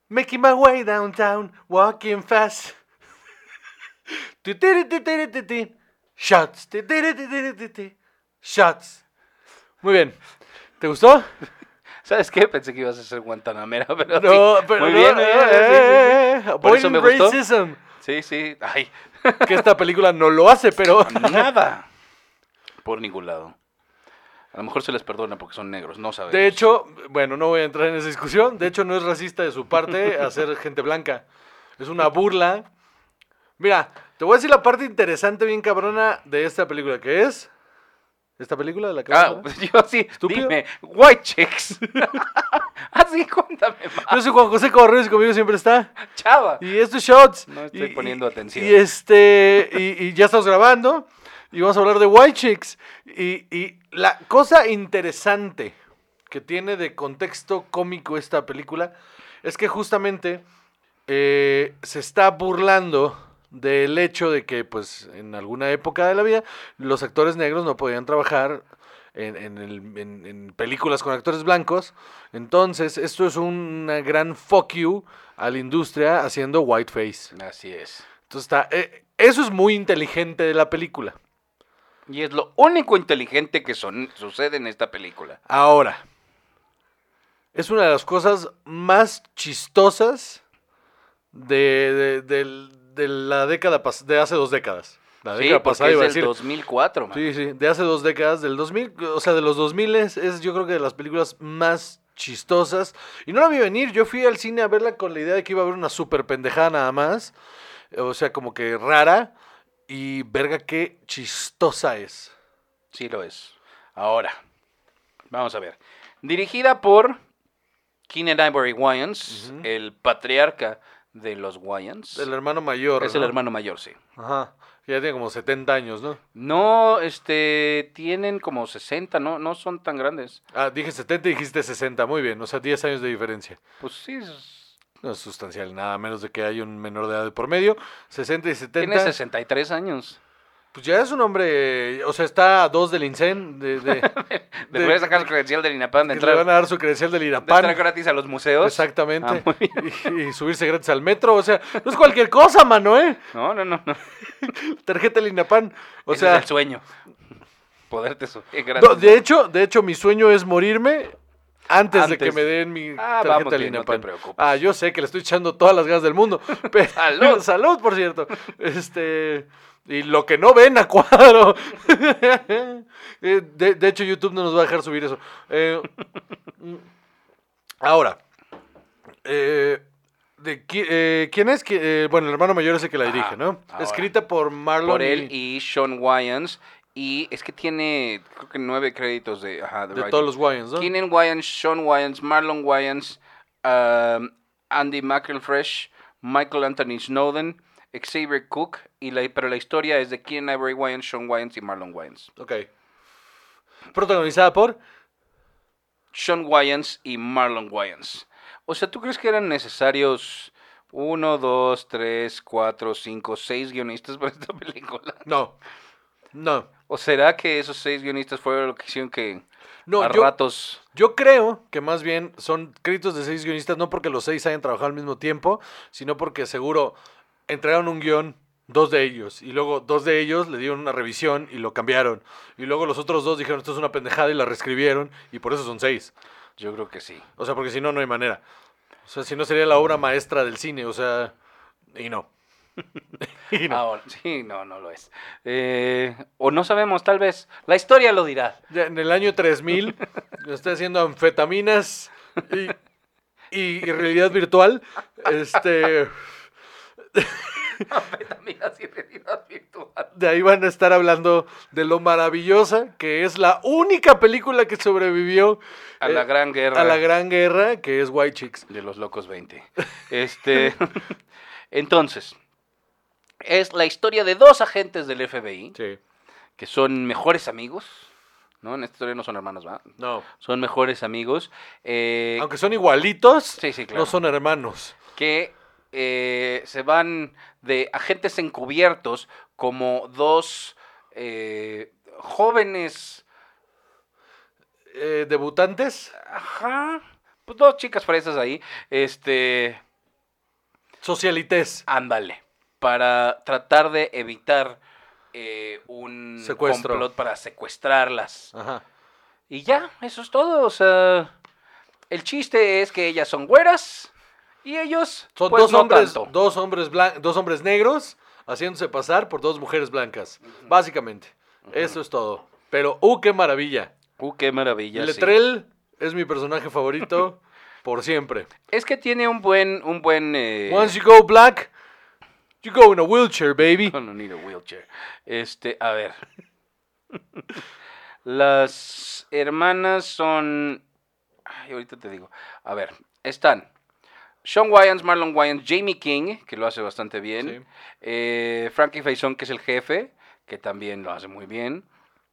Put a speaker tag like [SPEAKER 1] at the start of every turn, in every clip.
[SPEAKER 1] Making my way downtown, walking fast. Shots. Shots. Muy bien. ¿Te gustó?
[SPEAKER 2] ¿Sabes qué? Pensé que ibas a ser guantanamera, pero
[SPEAKER 1] No,
[SPEAKER 2] sí.
[SPEAKER 1] pero
[SPEAKER 2] Muy
[SPEAKER 1] no,
[SPEAKER 2] bien, muy bien. Sí. Por eso me
[SPEAKER 1] Avoiding
[SPEAKER 2] gustó.
[SPEAKER 1] racism.
[SPEAKER 2] Sí. Ay,
[SPEAKER 1] Que esta película no lo hace, pero...
[SPEAKER 2] nada. Por ningún lado. A lo mejor se les perdona porque son negros, no sabemos.
[SPEAKER 1] De hecho, bueno, no voy a entrar en esa discusión. De hecho, no es racista de su parte hacer gente blanca. Es una burla. Mira, te voy a decir la parte interesante, bien cabrona, de esta película, que es... ¿Esta película de la que vamos a hablar?
[SPEAKER 2] Pues yo sí,
[SPEAKER 1] ¿Estúpido?
[SPEAKER 2] dime, white chicks. Así, cuéntame más.
[SPEAKER 1] Yo soy Juan José Correos y conmigo siempre está.
[SPEAKER 2] Chava.
[SPEAKER 1] Y esto es Shots.
[SPEAKER 2] No estoy poniendo atención.
[SPEAKER 1] Y ya estamos grabando. Y vamos a hablar de White Chicks. Y la cosa interesante que tiene de contexto cómico esta película es que justamente se está burlando del hecho de que, pues, en alguna época de la vida, los actores negros no podían trabajar en películas con actores blancos. Entonces, esto es una gran fuck you a la industria haciendo whiteface.
[SPEAKER 2] Así es.
[SPEAKER 1] Entonces, eso es muy inteligente de la película.
[SPEAKER 2] Y es lo único inteligente que sucede en esta película.
[SPEAKER 1] Ahora, es una de las cosas más chistosas de la década de hace 2 décadas. La
[SPEAKER 2] Sí,
[SPEAKER 1] década
[SPEAKER 2] porque
[SPEAKER 1] pasada iba a
[SPEAKER 2] es del
[SPEAKER 1] decir.
[SPEAKER 2] 2004, man.
[SPEAKER 1] Sí, de hace 2 décadas, del 2000, o sea, de los 2000 es yo creo que de las películas más chistosas. Y no la vi venir, yo fui al cine a verla con la idea de que iba a haber una super pendejada nada más. O sea, como que rara. Y verga, qué chistosa es.
[SPEAKER 2] Sí lo es. Ahora, vamos a ver. Dirigida por Keenan Ivory Wayans, el patriarca de los Wayans.
[SPEAKER 1] El hermano mayor.
[SPEAKER 2] Es
[SPEAKER 1] ¿no?
[SPEAKER 2] el hermano mayor, sí.
[SPEAKER 1] Ajá. Ya tiene como 70 años, ¿no?
[SPEAKER 2] No, tienen como 60, no son tan grandes.
[SPEAKER 1] Ah, dije 70 y dijiste 60, muy bien. O sea, 10 años de diferencia.
[SPEAKER 2] Pues sí,
[SPEAKER 1] No es sustancial, nada menos de que haya un menor de edad de por medio. 60 y 70.
[SPEAKER 2] tiene 63 años.
[SPEAKER 1] Pues ya es un hombre, o sea, está a 2 del INSEN.
[SPEAKER 2] Le puedes sacar su credencial del INAPAM de
[SPEAKER 1] que le van
[SPEAKER 2] entrar,
[SPEAKER 1] a dar su credencial del
[SPEAKER 2] de
[SPEAKER 1] IRAPAN.
[SPEAKER 2] entrar gratis a los museos.
[SPEAKER 1] Exactamente.
[SPEAKER 2] Ah, muy bien.
[SPEAKER 1] Y subirse gratis al metro. O sea, no es cualquier cosa, mano, ¿eh?
[SPEAKER 2] No.
[SPEAKER 1] Tarjeta del INAPAN. O
[SPEAKER 2] Ese
[SPEAKER 1] sea,
[SPEAKER 2] es el sueño. Poderte subir gratis.
[SPEAKER 1] no, de hecho, mi sueño es morirme antes de que me den mi tarjeta
[SPEAKER 2] vamos
[SPEAKER 1] del
[SPEAKER 2] bien, no te
[SPEAKER 1] INAPAN.
[SPEAKER 2] preocupes.
[SPEAKER 1] Yo sé que le estoy echando todas las ganas del mundo. Pero,
[SPEAKER 2] ¡Salud!
[SPEAKER 1] Salud, por cierto. Y lo que no ven a cuadro. De hecho, YouTube no nos va a dejar subir eso. Ahora, ¿quién es? Bueno, el hermano mayor es el que la dirige, ¿no?
[SPEAKER 2] ahora.
[SPEAKER 1] Escrita por Marlon
[SPEAKER 2] Por él y Sean Wayans. Y es que tiene, creo que 9 créditos de
[SPEAKER 1] todos los Wayans, ¿no?
[SPEAKER 2] Keenan Wayans, Sean Wayans, Marlon Wayans, Andy McElfresh, Michael Anthony Snowden, Xavier Cook, pero la historia es de Keenan Ivory Wayans, Sean Wayans y Marlon Wayans.
[SPEAKER 1] Ok. Protagonizada por...
[SPEAKER 2] Sean Wayans y Marlon Wayans. O sea, ¿tú crees que eran necesarios 1, 2, 3, 4, 5, 6 guionistas para esta película?
[SPEAKER 1] No.
[SPEAKER 2] ¿O será que esos 6 guionistas fueron lo que hicieron que ratos...
[SPEAKER 1] Yo creo que más bien son créditos de 6 guionistas, no porque los 6 hayan trabajado al mismo tiempo, sino porque seguro entregaron un guión 2 de ellos, y luego 2 de ellos le dieron una revisión y lo cambiaron, y luego los otros 2 dijeron esto es una pendejada y la reescribieron, y por eso son 6.
[SPEAKER 2] Yo creo que sí.
[SPEAKER 1] O sea, porque si no, no hay manera. O sea, si no sería la obra maestra del cine, o sea, y no. Y no.
[SPEAKER 2] Ahora, sí, no lo es. O no sabemos, tal vez. La historia lo dirá.
[SPEAKER 1] Ya en el año 3000 está haciendo anfetaminas y realidad virtual.
[SPEAKER 2] Anfetaminas y realidad virtual.
[SPEAKER 1] De ahí van a estar hablando de lo maravillosa que es la única película que sobrevivió
[SPEAKER 2] A la Gran Guerra.
[SPEAKER 1] a la Gran Guerra, que es White Chicks.
[SPEAKER 2] De los Locos 20. Entonces, es la historia de 2 agentes del FBI
[SPEAKER 1] Sí.
[SPEAKER 2] que son mejores amigos. ¿No? En esta historia no son hermanos, ¿va?
[SPEAKER 1] No.
[SPEAKER 2] Son mejores amigos.
[SPEAKER 1] Aunque son igualitos,
[SPEAKER 2] Sí, claro.
[SPEAKER 1] no son hermanos.
[SPEAKER 2] Que se van de agentes encubiertos como 2 jóvenes.
[SPEAKER 1] Debutantes.
[SPEAKER 2] Ajá. Pues 2 chicas fresas ahí.
[SPEAKER 1] Socialites.
[SPEAKER 2] Ándale. Para tratar de evitar un
[SPEAKER 1] Secuestro.
[SPEAKER 2] complot para secuestrarlas.
[SPEAKER 1] Ajá.
[SPEAKER 2] Y ya, eso es todo. O sea, el chiste es que ellas son güeras y ellos
[SPEAKER 1] Son
[SPEAKER 2] pues,
[SPEAKER 1] dos
[SPEAKER 2] no
[SPEAKER 1] hombres,
[SPEAKER 2] tanto.
[SPEAKER 1] dos hombres negros haciéndose pasar por dos mujeres blancas. Básicamente. Eso es todo. Pero, qué maravilla.
[SPEAKER 2] Qué maravilla. Sí.
[SPEAKER 1] Letrell es mi personaje favorito por siempre.
[SPEAKER 2] Es que tiene un buen
[SPEAKER 1] Once you go black, you go in a wheelchair, baby.
[SPEAKER 2] No need a wheelchair. A ver. Las hermanas son... Ay, ahorita te digo. A ver, están Sean Wayans, Marlon Wayans, Jamie King, que lo hace bastante bien. Frankie Faison, que es el jefe, que también lo hace muy bien.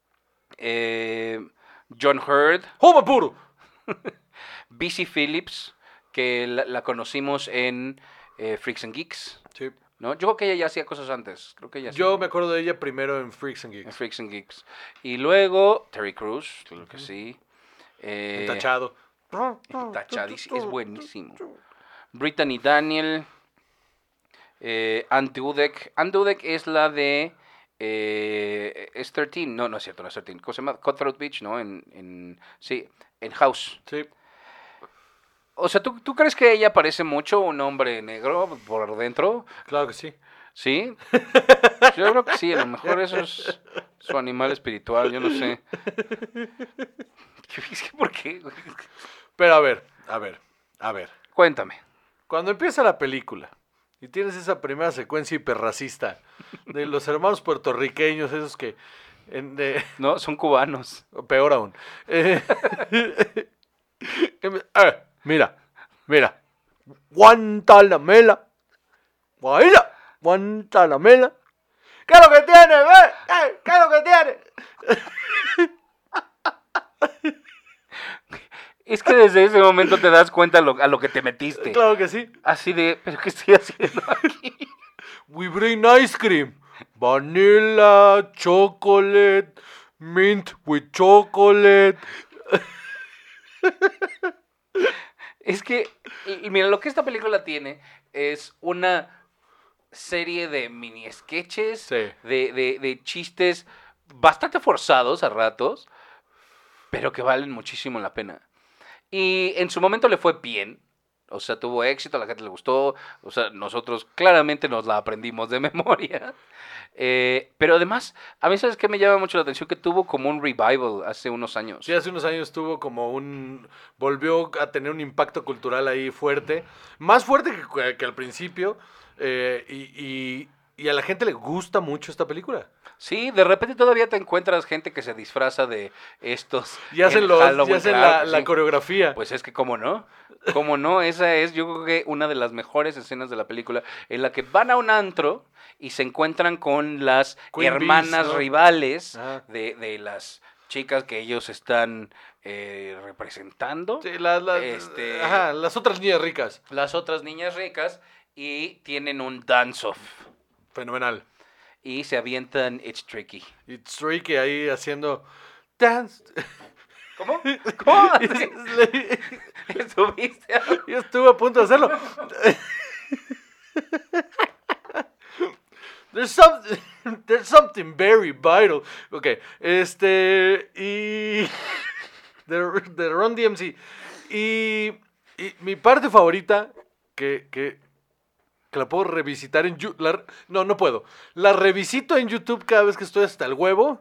[SPEAKER 2] John Hurd.
[SPEAKER 1] ¡Joma puro!
[SPEAKER 2] Busy Phillips, que la conocimos en Freaks and Geeks.
[SPEAKER 1] Sí.
[SPEAKER 2] ¿No? Yo creo que ella ya hacía cosas antes. Creo que ella
[SPEAKER 1] Yo me acuerdo de ella primero en Freaks and
[SPEAKER 2] en
[SPEAKER 1] Geeks.
[SPEAKER 2] Freaks and Geeks. Y luego Terry Crews, claro que sí.
[SPEAKER 1] Entachado.
[SPEAKER 2] Tachadísimo, es buenísimo. Brittany Daniel. Ann Dudek. Ann Dudek es la de... es 13. No es cierto, no es 13. ¿Cómo se llama? Cutthroat Beach, ¿no? Sí, en House.
[SPEAKER 1] Sí.
[SPEAKER 2] O sea, ¿tú crees que ella parece mucho un hombre negro por dentro?
[SPEAKER 1] Claro que sí.
[SPEAKER 2] ¿Sí? Yo creo que sí, a lo mejor eso es su animal espiritual, yo no sé. ¿Por qué?
[SPEAKER 1] Pero a ver.
[SPEAKER 2] Cuéntame.
[SPEAKER 1] Cuando empieza la película y tienes esa primera secuencia hiperracista de los hermanos puertorriqueños, esos que...
[SPEAKER 2] No, son cubanos.
[SPEAKER 1] Peor aún. Mira. Guantanamela. Guantanamela. ¿Qué es lo que tiene, ¿Qué es lo que tiene?
[SPEAKER 2] Es que desde ese momento te das cuenta a lo que te metiste.
[SPEAKER 1] Claro que sí.
[SPEAKER 2] Así de, ¿pero qué estoy haciendo aquí?
[SPEAKER 1] We bring ice cream. Vanilla, chocolate, mint with chocolate.
[SPEAKER 2] Es que, y mira, lo que esta película tiene es una serie de mini sketches,
[SPEAKER 1] Sí.
[SPEAKER 2] de chistes bastante forzados a ratos, pero que valen muchísimo la pena. Y en su momento le fue bien, o sea, tuvo éxito, a la gente le gustó, o sea, nosotros claramente nos la aprendimos de memoria. Pero además, a mí, ¿sabes qué me llama mucho la atención? Que tuvo como un revival hace unos años.
[SPEAKER 1] Sí, hace unos años tuvo como volvió a tener un impacto cultural ahí fuerte. Más fuerte que al principio. Y a la gente le gusta mucho esta película.
[SPEAKER 2] Sí, de repente todavía te encuentras gente que se disfraza de estos
[SPEAKER 1] Y hacen,
[SPEAKER 2] en Halloween,
[SPEAKER 1] y hacen
[SPEAKER 2] claro que
[SPEAKER 1] la
[SPEAKER 2] sí.
[SPEAKER 1] coreografía.
[SPEAKER 2] Pues es que, ¿cómo no? ¿Cómo no? Esa es, yo creo que una de las mejores escenas de la película, en la que van a un antro y se encuentran con las
[SPEAKER 1] Queen
[SPEAKER 2] hermanas
[SPEAKER 1] Bees, ¿no?
[SPEAKER 2] rivales
[SPEAKER 1] Ajá.
[SPEAKER 2] de las chicas que ellos están representando.
[SPEAKER 1] Sí, las otras niñas ricas.
[SPEAKER 2] Las otras niñas ricas, y tienen un dance-off.
[SPEAKER 1] Fenomenal.
[SPEAKER 2] Y se avientan It's Tricky.
[SPEAKER 1] Y Tricky ahí haciendo dance.
[SPEAKER 2] ¿Cómo? ¿Cómo? ¿Estuviste?
[SPEAKER 1] Yo estuve a punto de hacerlo. There's something very vital. Ok, y de Run DMC. Y mi parte favorita, que la puedo revisitar en YouTube. No puedo. La revisito en YouTube cada vez que estoy hasta el huevo.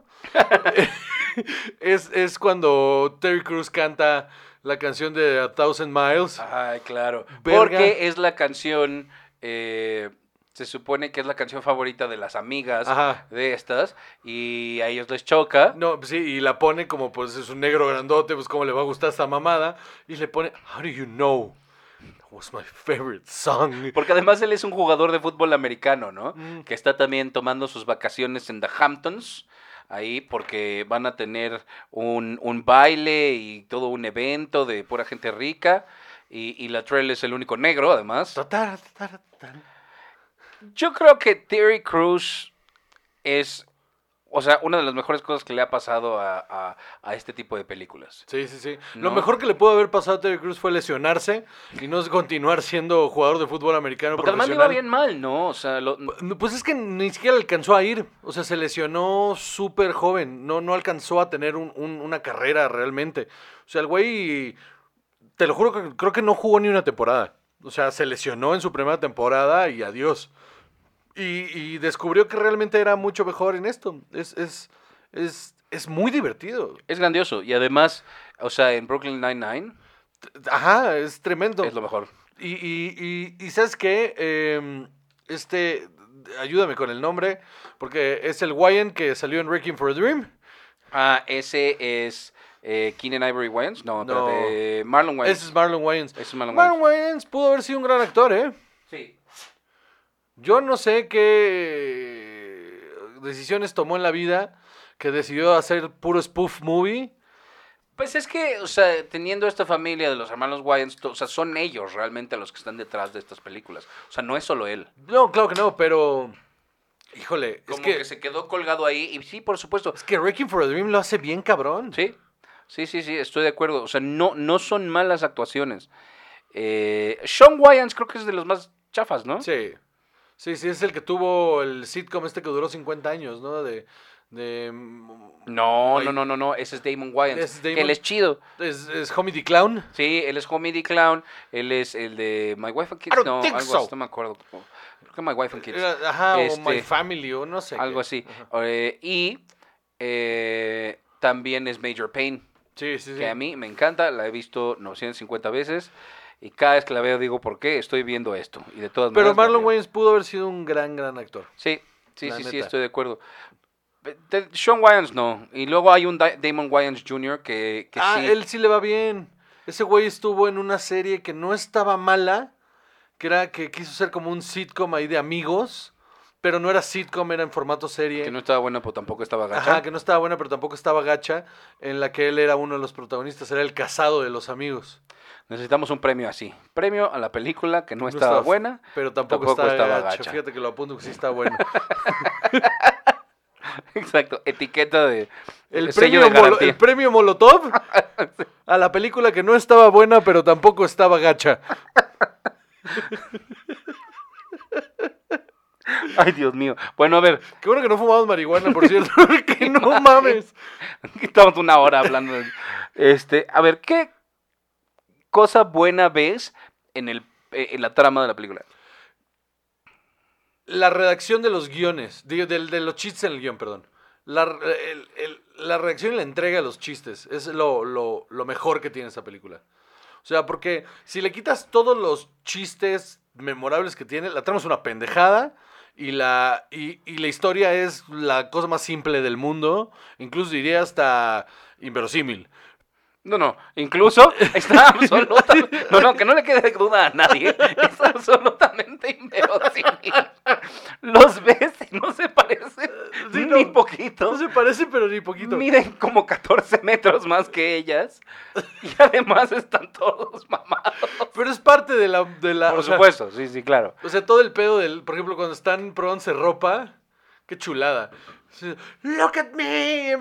[SPEAKER 1] es cuando Terry Crews canta la canción de A Thousand Miles.
[SPEAKER 2] Ay, claro.
[SPEAKER 1] Verga.
[SPEAKER 2] Porque es la canción, se supone que es la canción favorita de las amigas
[SPEAKER 1] Ajá.
[SPEAKER 2] de estas, y a ellos les choca.
[SPEAKER 1] No, sí, y la pone como, pues, es un negro grandote, pues, cómo le va a gustar esta mamada. Y le pone, how do you know? That was my favorite song.
[SPEAKER 2] Porque además él es un jugador de fútbol americano, ¿no? Que está también tomando sus vacaciones en The Hamptons. Ahí porque van a tener un baile y todo un evento de pura gente rica. Y Latrell es el único negro, además. Yo creo que Terry Crews es O sea, una de las mejores cosas que le ha pasado a este tipo de películas.
[SPEAKER 1] Sí, sí, sí.
[SPEAKER 2] ¿No?
[SPEAKER 1] Lo mejor que le pudo haber pasado a Terry Crews fue lesionarse y no continuar siendo jugador de fútbol americano
[SPEAKER 2] Porque además le iba
[SPEAKER 1] profesional.
[SPEAKER 2] bien mal, ¿no? O sea,
[SPEAKER 1] Pues es que ni siquiera alcanzó a ir. O sea, se lesionó súper joven. No alcanzó a tener una carrera realmente. O sea, el güey, te lo juro que creo que no jugó ni una temporada. O sea, se lesionó en su primera temporada y adiós. Y descubrió que realmente era mucho mejor en esto. Es muy divertido.
[SPEAKER 2] es grandioso. Y además, o sea, en Brooklyn Nine-Nine
[SPEAKER 1] Ajá, es tremendo.
[SPEAKER 2] es lo mejor.
[SPEAKER 1] Y ¿sabes qué? Ayúdame con el nombre, porque es el Wyan que salió en Wrecking for a Dream.
[SPEAKER 2] Ah, ese es Keenan Ivory Wayans. No,
[SPEAKER 1] No.
[SPEAKER 2] espérate. Marlon Wayans.
[SPEAKER 1] Ese es Marlon Wayans.
[SPEAKER 2] Ese es Marlon
[SPEAKER 1] Marlon Wayans pudo haber sido un gran actor, ¿eh?
[SPEAKER 2] Sí.
[SPEAKER 1] Yo no sé qué decisiones tomó en la vida que decidió hacer puro spoof movie.
[SPEAKER 2] Pues es que, o sea, teniendo esta familia de los hermanos Wayans, o sea, son ellos realmente los que están detrás de estas películas. O sea, no es solo él.
[SPEAKER 1] No, claro que no, pero... Híjole,
[SPEAKER 2] Como que se quedó colgado ahí. Y sí, por supuesto.
[SPEAKER 1] es que Wrecking for a Dream lo hace bien cabrón.
[SPEAKER 2] Sí, sí, estoy de acuerdo. O sea, no son malas actuaciones. Sean Wayans creo que es de los más chafas, ¿no?
[SPEAKER 1] Sí. Sí, es el que tuvo el sitcom este que duró 50 años, ¿no?
[SPEAKER 2] No. Ese es Damon Wayans.
[SPEAKER 1] Ese es Damon.
[SPEAKER 2] Que él es chido.
[SPEAKER 1] Es Homie the Clown.
[SPEAKER 2] Sí, él es Comedy Clown. Él es el de My Wife and Kids.
[SPEAKER 1] I don't
[SPEAKER 2] No,
[SPEAKER 1] think
[SPEAKER 2] algo
[SPEAKER 1] so.
[SPEAKER 2] así, no me acuerdo. Creo que My Wife and Kids.
[SPEAKER 1] Ajá, o My
[SPEAKER 2] Este,
[SPEAKER 1] Family, o no sé.
[SPEAKER 2] Algo
[SPEAKER 1] qué.
[SPEAKER 2] así.
[SPEAKER 1] Ajá.
[SPEAKER 2] Y también es Major Payne.
[SPEAKER 1] Sí, sí.
[SPEAKER 2] Que a mí me encanta. La he visto 950 veces. Y cada vez que la veo digo, ¿por qué estoy viendo esto? Y de todas
[SPEAKER 1] Pero
[SPEAKER 2] maneras la
[SPEAKER 1] Marlon
[SPEAKER 2] veo.
[SPEAKER 1] Wayans pudo haber sido un gran actor.
[SPEAKER 2] Sí,
[SPEAKER 1] La
[SPEAKER 2] sí,
[SPEAKER 1] neta.
[SPEAKER 2] estoy de acuerdo. Sean Wayans no. Y luego hay un Damon Wayans Jr. que sí.
[SPEAKER 1] Él sí le va bien. Ese güey estuvo en una serie que no estaba mala, que quiso ser como un sitcom ahí de amigos, pero no era sitcom, era en formato serie.
[SPEAKER 2] Que no estaba buena, pero tampoco estaba gacha.
[SPEAKER 1] Ajá, que no estaba buena, pero tampoco estaba gacha, en la que él era uno de los protagonistas, era el casado de los amigos.
[SPEAKER 2] Necesitamos un premio así. Premio a la película que no
[SPEAKER 1] No
[SPEAKER 2] estaba buena,
[SPEAKER 1] pero tampoco estaba
[SPEAKER 2] estaba
[SPEAKER 1] gacha. Fíjate que lo apunto que sí está bueno.
[SPEAKER 2] Exacto, etiqueta de
[SPEAKER 1] El
[SPEAKER 2] sello
[SPEAKER 1] premio,
[SPEAKER 2] de garantía.
[SPEAKER 1] el premio Molotov a la película que no estaba buena, pero tampoco estaba gacha.
[SPEAKER 2] Ay, Dios mío. Bueno, a ver,
[SPEAKER 1] Qué bueno que no fumamos marihuana, por cierto, porque no mames.
[SPEAKER 2] estamos una hora hablando de... a ver, ¿qué cosa buena ves en la trama de la película?
[SPEAKER 1] La redacción de los guiones, de los chistes en el guión, perdón. La redacción y la entrega de los chistes es lo mejor que tiene esa película. O sea, porque si le quitas todos los chistes memorables que tiene, la trama es una pendejada y la historia es la cosa más simple del mundo, incluso diría hasta inverosímil.
[SPEAKER 2] No, incluso está absolutamente... No, que no le quede duda a nadie. Es absolutamente inverosímil. Los ves y no se parecen
[SPEAKER 1] Sí,
[SPEAKER 2] ni
[SPEAKER 1] no.
[SPEAKER 2] poquito.
[SPEAKER 1] No se parece, pero ni poquito.
[SPEAKER 2] Miden como 14 metros más que ellas. Y además están todos mamados.
[SPEAKER 1] Pero es parte de la
[SPEAKER 2] Por
[SPEAKER 1] o sea,
[SPEAKER 2] supuesto, sí, claro.
[SPEAKER 1] O sea, todo el pedo por ejemplo, cuando están probándose ropa, qué chulada. Look at me.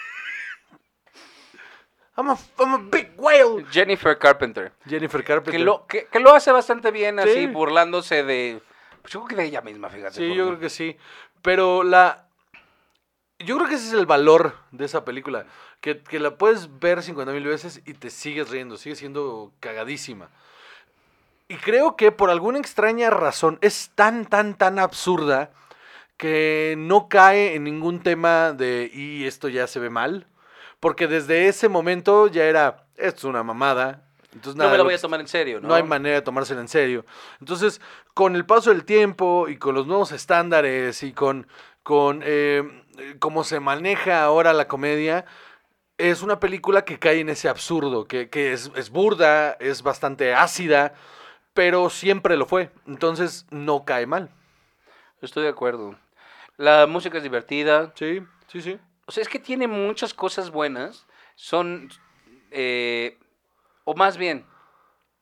[SPEAKER 1] I'm a big whale.
[SPEAKER 2] Jennifer Carpenter.
[SPEAKER 1] Jennifer Carpenter.
[SPEAKER 2] Que lo hace bastante bien, así,
[SPEAKER 1] Sí.
[SPEAKER 2] burlándose de... Pues yo creo que de ella misma, fíjate.
[SPEAKER 1] Sí, yo creo que sí. Pero yo creo que ese es el valor de esa película. Que la puedes ver 50,000 veces y te sigues riendo. Sigue siendo cagadísima. Y creo que por alguna extraña razón es tan absurda que no cae en ningún tema de y esto ya se ve mal. Porque desde ese momento ya era, esto es una mamada. Entonces,
[SPEAKER 2] No me lo voy a tomar en serio, ¿no?
[SPEAKER 1] No hay manera de tomársela en serio. Entonces, con el paso del tiempo y con los nuevos estándares y con cómo se maneja ahora la comedia, es una película que cae en ese absurdo, que es burda, es bastante ácida, pero siempre lo fue. Entonces, no cae mal.
[SPEAKER 2] Estoy de acuerdo. La música es divertida.
[SPEAKER 1] Sí.
[SPEAKER 2] O sea, es que tiene muchas cosas buenas. O más bien,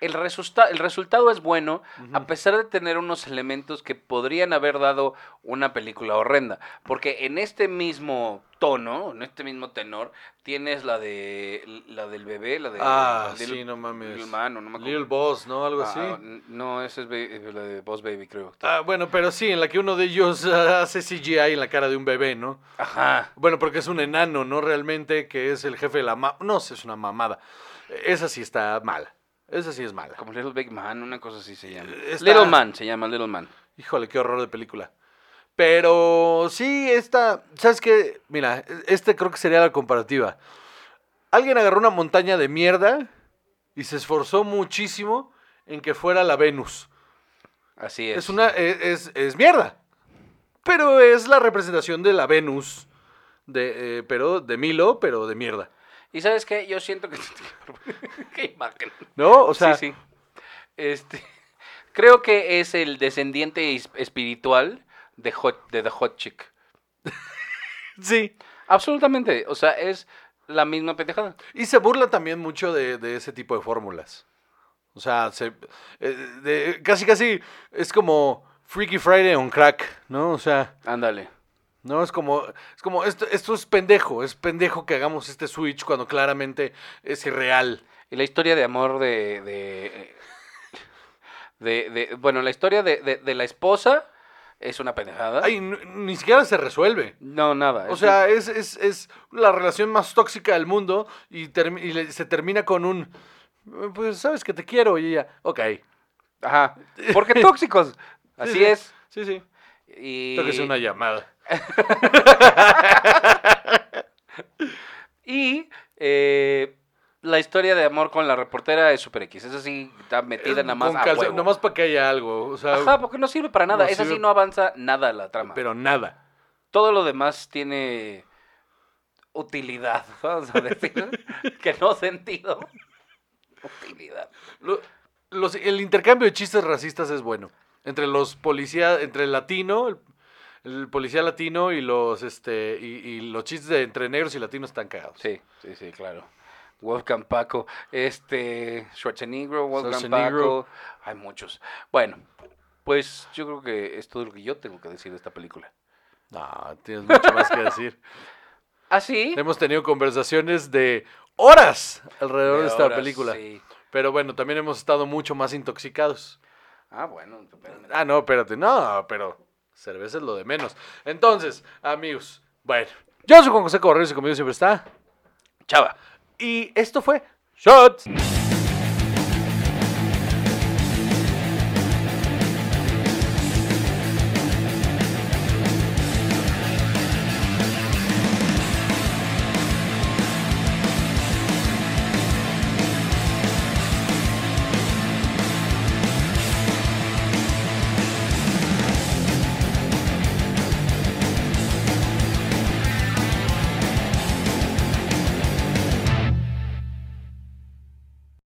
[SPEAKER 2] el resultado es bueno, a pesar de tener unos elementos que podrían haber dado una película horrenda. Porque en este mismo tono, en este mismo tenor, tienes la del bebé, la de
[SPEAKER 1] sí, no mames.
[SPEAKER 2] Little Man, o no me acuerdo.
[SPEAKER 1] Little Boss, ¿no? Algo así.
[SPEAKER 2] No, esa es la de Boss Baby, creo.
[SPEAKER 1] Bueno, pero sí, en la que uno de ellos hace CGI en la cara de un bebé, ¿no?
[SPEAKER 2] Ajá.
[SPEAKER 1] Bueno, porque es un enano, ¿no? Realmente, que es el jefe de la... No, es una mamada. Esa sí está mala. Esa sí es mala.
[SPEAKER 2] Como Little Big Man, una cosa así se llama.
[SPEAKER 1] Está...
[SPEAKER 2] Little Man, se llama Little Man.
[SPEAKER 1] Híjole, qué horror de película. Pero sí, ¿sabes qué? Mira, creo que sería la comparativa. Alguien agarró una montaña de mierda y se esforzó muchísimo en que fuera la Venus.
[SPEAKER 2] Así es.
[SPEAKER 1] Es mierda. Pero es la representación de la Venus, pero de Milo, pero de mierda.
[SPEAKER 2] ¿Y sabes qué? Yo siento que... ¡Qué imagen!
[SPEAKER 1] ¿No? O sea...
[SPEAKER 2] Sí. Creo que es el descendiente espiritual de The Hot Chick.
[SPEAKER 1] Sí.
[SPEAKER 2] Absolutamente. O sea, es la misma pendejada.
[SPEAKER 1] Y se burla también mucho de ese tipo de fórmulas. O sea, casi es como Freaky Friday on crack, ¿no? O sea...
[SPEAKER 2] Ándale.
[SPEAKER 1] No, es como esto es pendejo que hagamos este switch cuando claramente es irreal.
[SPEAKER 2] Y la historia de amor bueno, la historia de la esposa es una pendejada.
[SPEAKER 1] Ay, ni siquiera se resuelve.
[SPEAKER 2] No, nada.
[SPEAKER 1] O sea, es la relación más tóxica del mundo y se termina con un... Pues sabes que te quiero y ella, ok.
[SPEAKER 2] Ajá, porque tóxicos. Así
[SPEAKER 1] sí,
[SPEAKER 2] es.
[SPEAKER 1] Sí.
[SPEAKER 2] Y...
[SPEAKER 1] Tengo que hacer una llamada.
[SPEAKER 2] Y la historia de amor con la reportera es Super X. Esa sí está metida nada más a huevo.
[SPEAKER 1] Nada más para que haya algo. O sea,
[SPEAKER 2] ajá, porque no sirve para nada.
[SPEAKER 1] No
[SPEAKER 2] Esa
[SPEAKER 1] sirve,
[SPEAKER 2] sí no avanza nada la trama.
[SPEAKER 1] Pero nada.
[SPEAKER 2] Todo lo demás tiene utilidad. Vamos a decir que no sentido. Utilidad.
[SPEAKER 1] El intercambio de chistes racistas es bueno. Entre los policías, entre el latino, el policía latino y los y los chistes entre negros y latinos están cagados.
[SPEAKER 2] Sí, claro. Wolfgang Paco, Schwarzenegger, Wolfgang Paco, hay muchos. Bueno, pues yo creo que es todo lo que yo tengo que decir de esta película.
[SPEAKER 1] No, tienes mucho más que decir.
[SPEAKER 2] ¿Ah, sí?
[SPEAKER 1] Hemos tenido conversaciones de horas alrededor de esta película.
[SPEAKER 2] Sí.
[SPEAKER 1] Pero bueno, también hemos estado mucho más intoxicados.
[SPEAKER 2] Ah, bueno. Espérame.
[SPEAKER 1] No, espérate. No, pero cerveza es lo de menos. Entonces, amigos, bueno. Yo soy Juan José Correos y conmigo siempre está
[SPEAKER 2] Chava.
[SPEAKER 1] Y esto fue Shots.